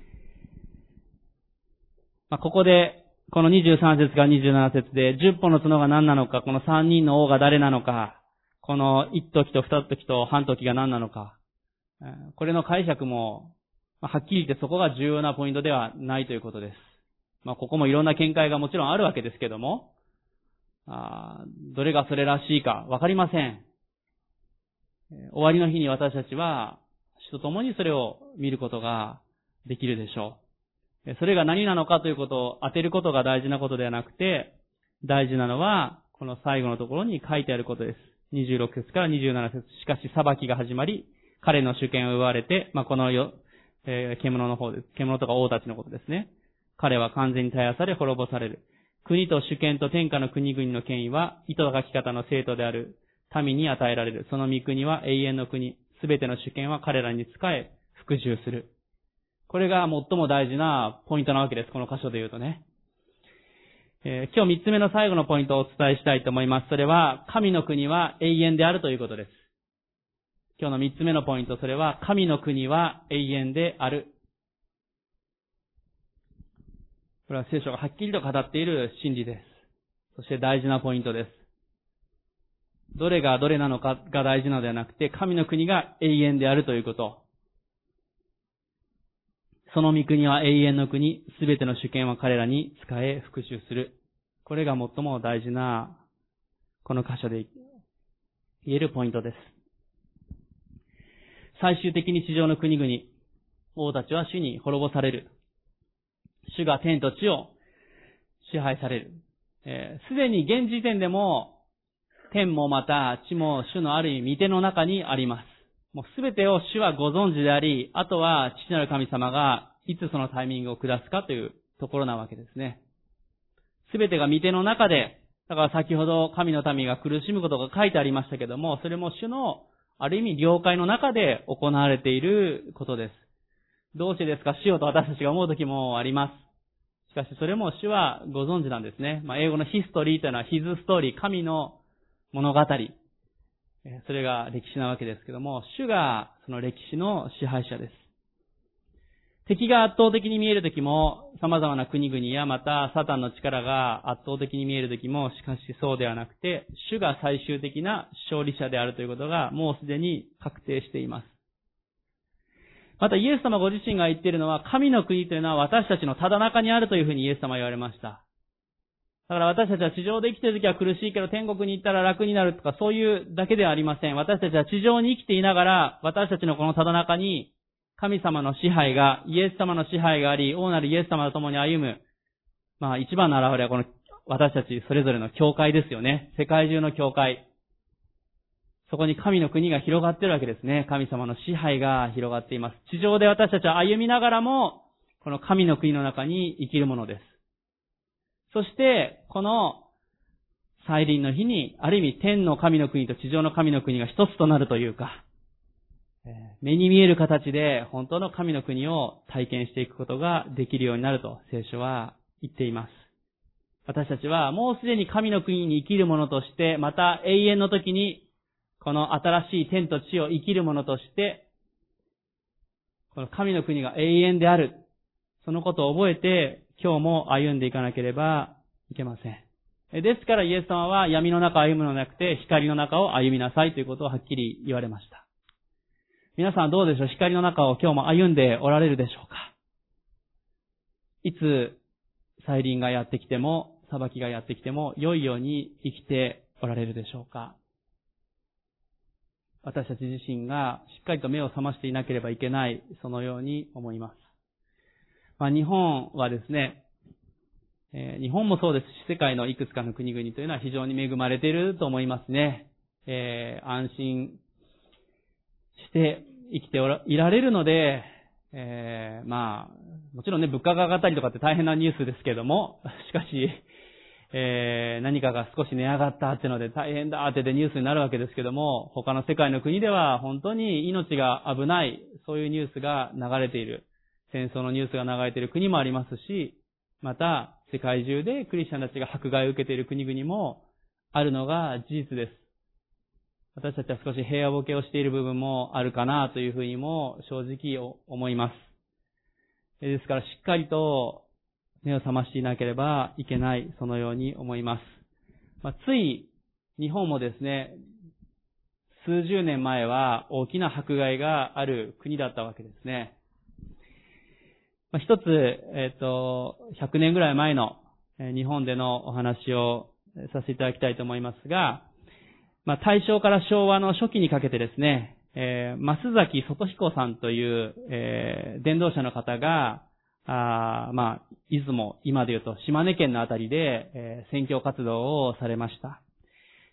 ここで、この23節から27節で、10本の角が何なのか、この3人の王が誰なのか、この一時と二時と半時が何なのか、これの解釈も、はっきり言ってそこが重要なポイントではないということです。ここもいろんな見解がもちろんあるわけですけども、どれがそれらしいかわかりません。終わりの日に私たちは、主と共にそれを見ることができるでしょう。それが何なのかということを当てることが大事なことではなくて、大事なのは、 この最後のところに書いてあることです。26節から27節。しかし裁きが始まり、彼の主権を奪われて、この獣の方です。獣とか王たちのことですね。彼は完全に絶やされ滅ぼされる。国と主権と天下の国々の権威は、意図高き方の生徒である民に与えられる。その御国は永遠の国。すべての主権は彼らに仕え、服従する。これが最も大事なポイントなわけです。この箇所で言うとね。今日3つ目の最後のポイントをお伝えしたいと思います。それは、神の国は永遠であるということです。今日の3つ目のポイント、それは、神の国は永遠である。これは聖書がはっきりと語っている真理です。そして大事なポイントです。どれがどれなのかが大事なのではなくて、神の国が永遠であるということ。その御国は永遠の国、すべての主権は彼らに仕え復讐する。これが最も大事な、この箇所で言えるポイントです。最終的に地上の国々、王たちは主に滅ぼされる。主が天と地を支配される。すでに現時点でも、天もまた地も主のある意味御手の中にあります。もうすべてを主はご存知であり、あとは父なる神様がいつそのタイミングを下すかというところなわけですね。すべてが御手の中で、だから先ほど神の民が苦しむことが書いてありましたけども、それも主のある意味了解の中で行われていることです。どうしてですか、しようと私たちが思う時もあります。しかしそれも主はご存知なんですね。英語のヒストリーというのはヒズストーリー、神の物語。それが歴史なわけですけども、主がその歴史の支配者です。敵が圧倒的に見えるときも、様々な国々やまたサタンの力が圧倒的に見えるときも、しかしそうではなくて、主が最終的な勝利者であるということがもうすでに確定しています。またイエス様ご自身が言っているのは、神の国というのは私たちのただ中にあるというふうにイエス様は言われました。だから私たちは地上で生きているときは苦しいけど天国に行ったら楽になるとかそういうだけではありません。私たちは地上に生きていながら、私たちのこのただ中に神様の支配が、イエス様の支配があり、王なるイエス様と共に歩む。一番の表れはこの私たちそれぞれの教会ですよね。世界中の教会。そこに神の国が広がっているわけですね。神様の支配が広がっています。地上で私たちは歩みながらも、この神の国の中に生きるものです。そして、この再臨の日に、ある意味天の神の国と地上の神の国が一つとなるというか、目に見える形で本当の神の国を体験していくことができるようになると聖書は言っています。私たちはもうすでに神の国に生きる者として、また永遠の時にこの新しい天と地を生きる者として、この神の国が永遠である。そのことを覚えて今日も歩んでいかなければいけません。ですからイエス様は闇の中を歩むのではなくて光の中を歩みなさいということをはっきり言われました。皆さんどうでしょう？光の中を今日も歩んでおられるでしょうか？いつ再臨がやってきても、裁きがやってきても、良いように生きておられるでしょうか？私たち自身がしっかりと目を覚ましていなければいけない、そのように思います。日本はですね、日本もそうですし、世界のいくつかの国々というのは非常に恵まれていると思いますね。安心して生きていられるので、もちろんね、物価が上がったりとかって大変なニュースですけれども、しかし、何かが少し値上がったっていうので大変だってでニュースになるわけですけども、他の世界の国では本当に命が危ない、そういうニュースが流れている、戦争のニュースが流れている国もありますし、また世界中でクリスチャンたちが迫害を受けている国々もあるのが事実です。私たちは少し平和ボケをしている部分もあるかなというふうにも正直思います。ですからしっかりと目を覚ましていなければいけない、そのように思います。つい日本もですね、数十年前は大きな迫害がある国だったわけですね。一つ、100年ぐらい前の日本でのお話をさせていただきたいと思いますが、大正から昭和の初期にかけてですね、増崎外彦さんという、伝道者の方が、出雲、今で言うと島根県のあたりで、宣教活動をされました。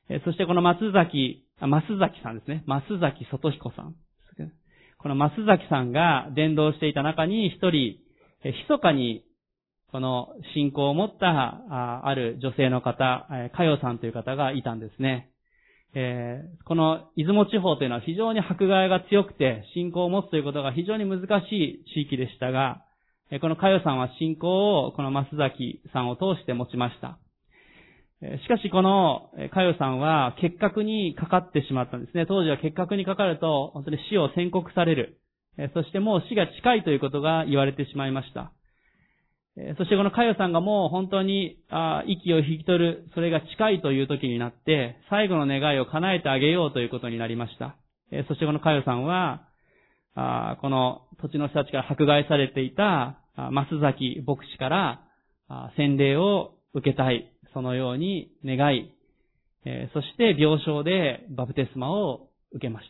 そしてこの増崎さんですね。増崎外彦さん。この増崎さんが伝道していた中に一人、密かにこの信仰を持ったある女性の方、かよさんという方がいたんですね。この出雲地方というのは非常に迫害が強くて、信仰を持つということが非常に難しい地域でしたが、このかよさんは信仰をこの増崎さんを通して持ちました。しかしこのかよさんは結核にかかってしまったんですね。当時は結核にかかると本当に死を宣告される。そしてもう死が近いということが言われてしまいました。そしてこのかよさんがもう本当に息を引き取る、それが近いという時になって、最後の願いを叶えてあげようということになりました。そしてこのかよさんは、この土地の人たちから迫害されていた増崎牧師から洗礼を受けたい。そのように願い、そして病床でバプテスマを受けました。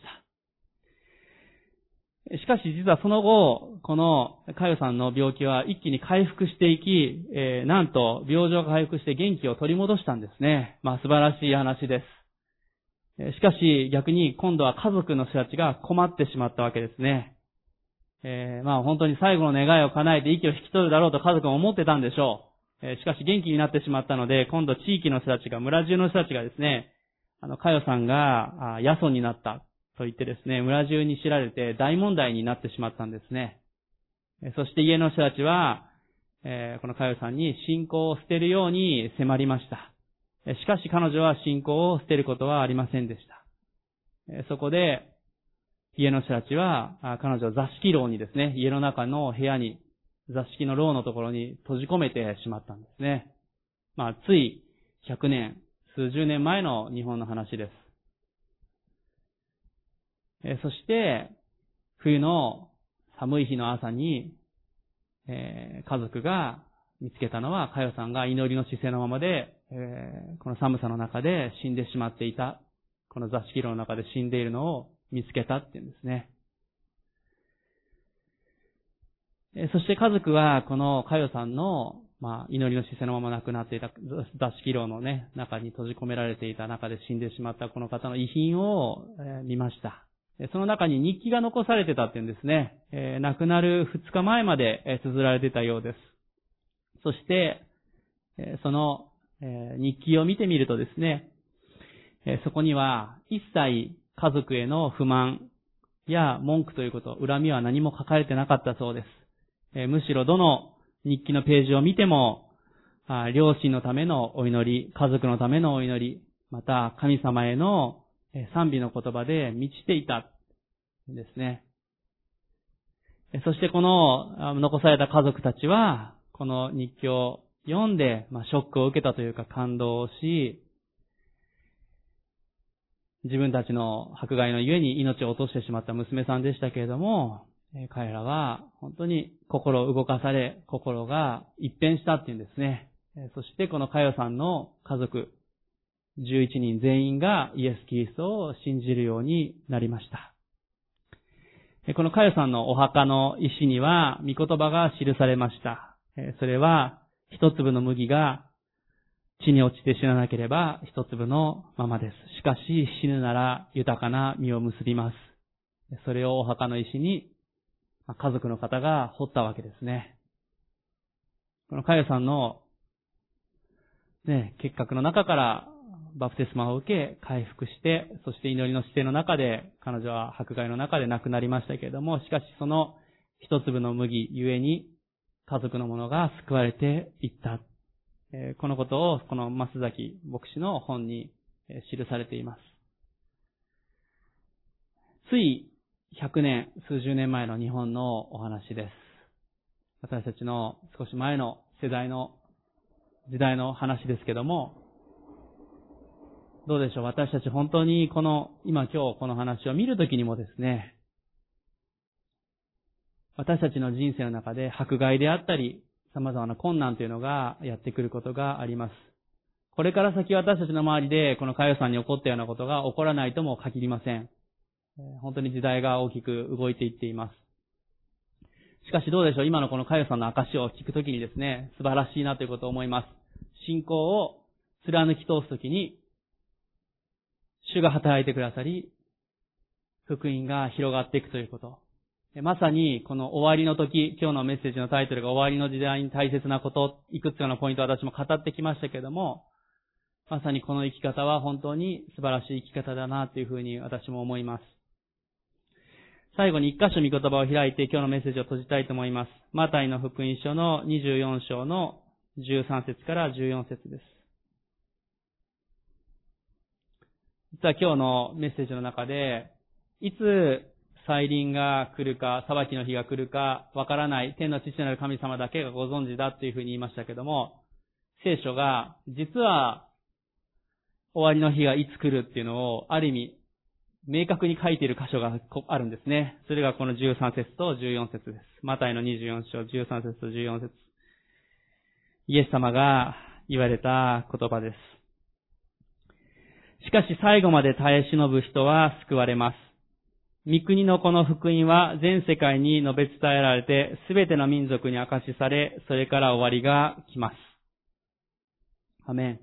しかし実はその後、このかよさんの病気は一気に回復していき、なんと病状が回復して元気を取り戻したんですね。素晴らしい話です。しかし逆に今度は家族の人たちが困ってしまったわけですね。本当に最後の願いを叶えて息を引き取るだろうと家族は思ってたんでしょう。しかし元気になってしまったので、今度地域の人たちが、村中の人たちがですね、かよさんが野村になったと言ってですね、村中に知られて大問題になってしまったんですね。そして家の人たちは、このかよさんに信仰を捨てるように迫りました。しかし彼女は信仰を捨てることはありませんでした。そこで、家の人たちは、彼女を座敷牢にですね、家の中の部屋に、座敷の牢のところに閉じ込めてしまったんですね。つい100年、数十年前の日本の話です。そして、冬の寒い日の朝に、家族が見つけたのは、かよさんが祈りの姿勢のままで、この寒さの中で死んでしまっていた、この座敷牢の中で死んでいるのを見つけたっていうんですね。そして家族は、このかよさんの、祈りの姿勢のまま亡くなっていた座敷牢のね、中に閉じ込められていた中で死んでしまったこの方の遺品を見ました。その中に日記が残されてたっていうんですね。亡くなる2日前まで綴られてたようです。そして、その日記を見てみるとですね、そこには一切家族への不満や文句ということ、恨みは何も書かれてなかったそうです。むしろどの日記のページを見ても、両親のためのお祈り、家族のためのお祈り、また神様への賛美の言葉で満ちていたんですね。そしてこの残された家族たちは、この日記を読んで、ショックを受けたというか感動をし、自分たちの迫害のゆえに命を落としてしまった娘さんでしたけれども、彼らは本当に心を動かされ、心が一変したっていうんですね。そしてこのかよさんの家族、11人全員がイエス・キリストを信じるようになりました。このかよさんのお墓の石には御言葉が記されました。それは一粒の麦が地に落ちて死ななければ一粒のままです。しかし死ぬなら豊かな実を結びます。それをお墓の石に家族の方が掘ったわけですね。このかよさんの結核の中からバプテスマを受け回復して、そして祈りの姿勢の中で彼女は迫害の中で亡くなりましたけれども、しかしその一粒の麦ゆえに家族の者が救われていった。このことをこの増崎牧師の本に記されています。つい100年、数十年前の日本のお話です。私たちの少し前の世代の時代の話ですけども、どうでしょう、私たち本当に今日この話を見るときにもですね、私たちの人生の中で迫害であったり、様々な困難というのがやってくることがあります。これから先私たちの周りでこのかよさんに起こったようなことが起こらないとも限りません。本当に時代が大きく動いていっています。しかしどうでしょう、今のこのかよさんの証を聞くときにですね、素晴らしいなということを思います。信仰を貫き通すときに、 主が働いてくださり、福音が広がっていくということ。まさにこの終わりの時、今日のメッセージのタイトルが終わりの時代に大切なこと、いくつかのポイントを私も語ってきましたけれども、まさにこの生き方は本当に素晴らしい生き方だなというふうに私も思います。最後に一箇所御言葉を開いて今日のメッセージを閉じたいと思います。マタイの福音書の24章の13節から14節です。実は今日のメッセージの中で、いつ再臨が来るか、裁きの日が来るか、わからない、天の父なる神様だけがご存知だというふうに言いましたけども、聖書が、実は、終わりの日がいつ来るっていうのを、ある意味、明確に書いている箇所があるんですね。それがこの13節と14節です。マタイの24章13節と14節。イエス様が言われた言葉です。しかし最後まで耐え忍ぶ人は救われます。御国のこの福音は全世界に述べ伝えられて、すべての民族に証しされ、それから終わりが来ます。アメン。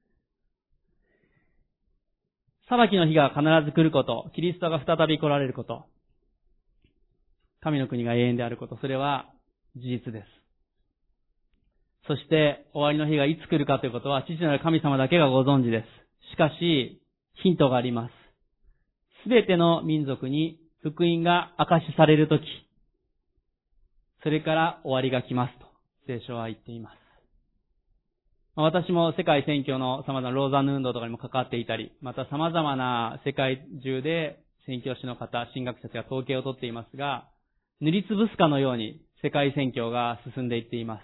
裁きの日が必ず来ること、キリストが再び来られること、神の国が永遠であること、それは事実です。そして終わりの日がいつ来るかということは、父なる神様だけがご存知です。しかし、ヒントがあります。すべての民族に福音が証しされるとき、それから終わりが来ますと、聖書は言っています。私も世界宣教の様々なローザンヌ運動とかにも関わっていたり、また様々な世界中で宣教師の方、神学者たちが統計を取っていますが、塗りつぶすかのように世界宣教が進んでいっています。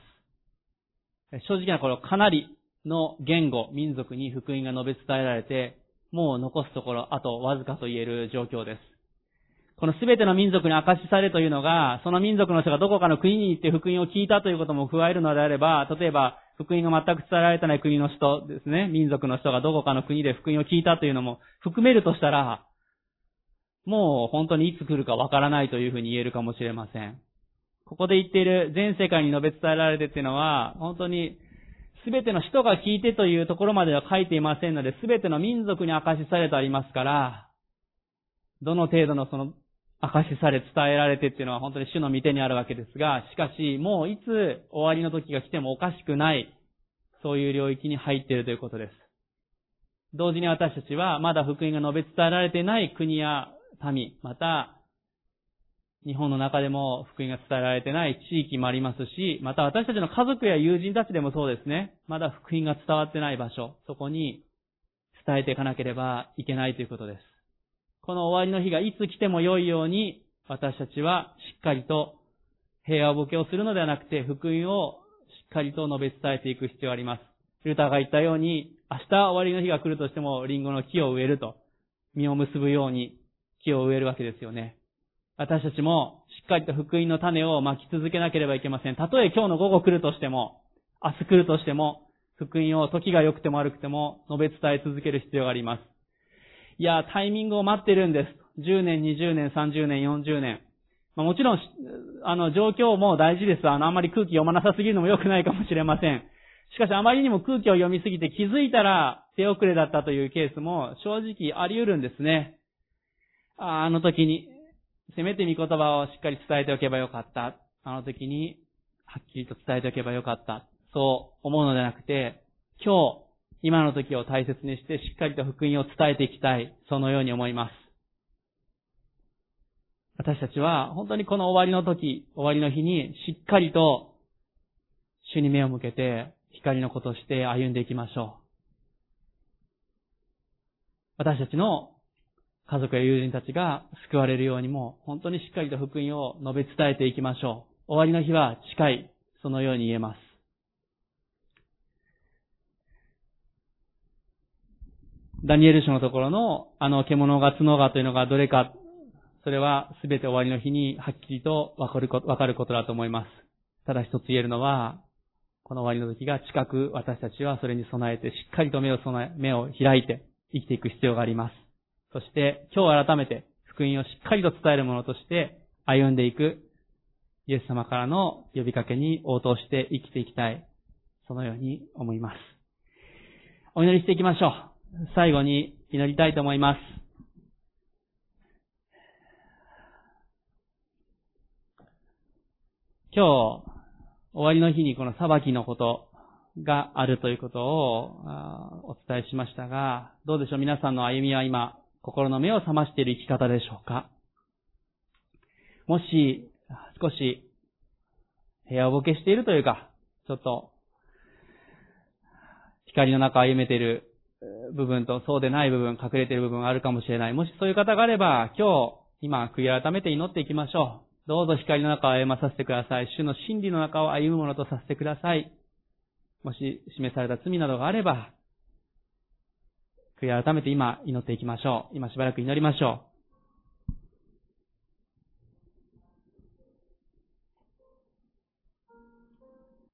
正直なところかなりの言語、民族に福音が述べ伝えられて、もう残すところあとわずかと言える状況です。このすべての民族に証しされというのが、その民族の人がどこかの国に行って福音を聞いたということも加えるのであれば、例えば福音が全く伝えられてない国の人ですね、民族の人がどこかの国で福音を聞いたというのも含めるとしたら、もう本当にいつ来るかわからないというふうに言えるかもしれません。ここで言っている全世界に述べ伝えられてっていうのは、本当にすべての人が聞いてというところまでは書いていませんので、すべての民族に証しされとありますから、どの程度のその証しされ伝えられてっていうのは本当に主の御手にあるわけですが、しかしもういつ終わりの時が来てもおかしくない、そういう領域に入っているということです。同時に私たちはまだ福音が述べ伝えられていない国や民、また日本の中でも福音が伝えられていない地域もありますし、また私たちの家族や友人たちでもそうですね。まだ福音が伝わっていない場所、そこに伝えていかなければいけないということです。この終わりの日がいつ来ても良いように、私たちはしっかりと平和を奉献をするのではなくて、福音をしっかりと述べ伝えていく必要があります。ルターが言ったように、明日終わりの日が来るとしても、リンゴの木を植えると、実を結ぶように木を植えるわけですよね。私たちもしっかりと福音の種をまき続けなければいけません。たとえ今日の午後来るとしても、明日来るとしても、福音を時が良くても悪くても述べ伝え続ける必要があります。いや、タイミングを待ってるんです。10年、20年、30年、40年。もちろん、状況も大事です。あんまり空気読まなさすぎるのも良くないかもしれません。しかし、あまりにも空気を読みすぎて気づいたら手遅れだったというケースも正直あり得るんですね。あの時に、せめて御言葉をしっかり伝えておけばよかった。あの時に、はっきりと伝えておけばよかった。そう思うのではなくて、今の時を大切にしてしっかりと福音を伝えていきたい。そのように思います。私たちは本当にこの終わりの時、終わりの日にしっかりと主に目を向けて光の子として歩んでいきましょう。私たちの家族や友人たちが救われるようにも本当にしっかりと福音を述べ伝えていきましょう。終わりの日は近い。そのように言えます。ダニエル書のところの獣が角がというのがどれか、それはすべて終わりの日にはっきりとわかることだと思います。ただ一つ言えるのは、この終わりの時が近く、私たちはそれに備えてしっかりと目を開いて生きていく必要があります。そして今日改めて福音をしっかりと伝えるものとして歩んでいくイエス様からの呼びかけに応答して生きていきたい。そのように思います。お祈りしていきましょう。最後に、 祈りたいと思います。今日、終わりの日にこの裁きのことがあるということをお伝えしましたが、どうでしょう、皆さんの歩みは今、心の目を覚ましている生き方でしょうか。もし、少し、部屋をぼけしているというか、ちょっと、光の中を歩めている部分とそうでない部分、隠れている部分があるかもしれない。もしそういう方があれば、今、悔い改めて祈っていきましょう。どうぞ光の中を歩まさせてください。主の真理の中を歩むものとさせてください。もし示された罪などがあれば、悔い改めて今祈っていきましょう。今しばらく祈りましょう。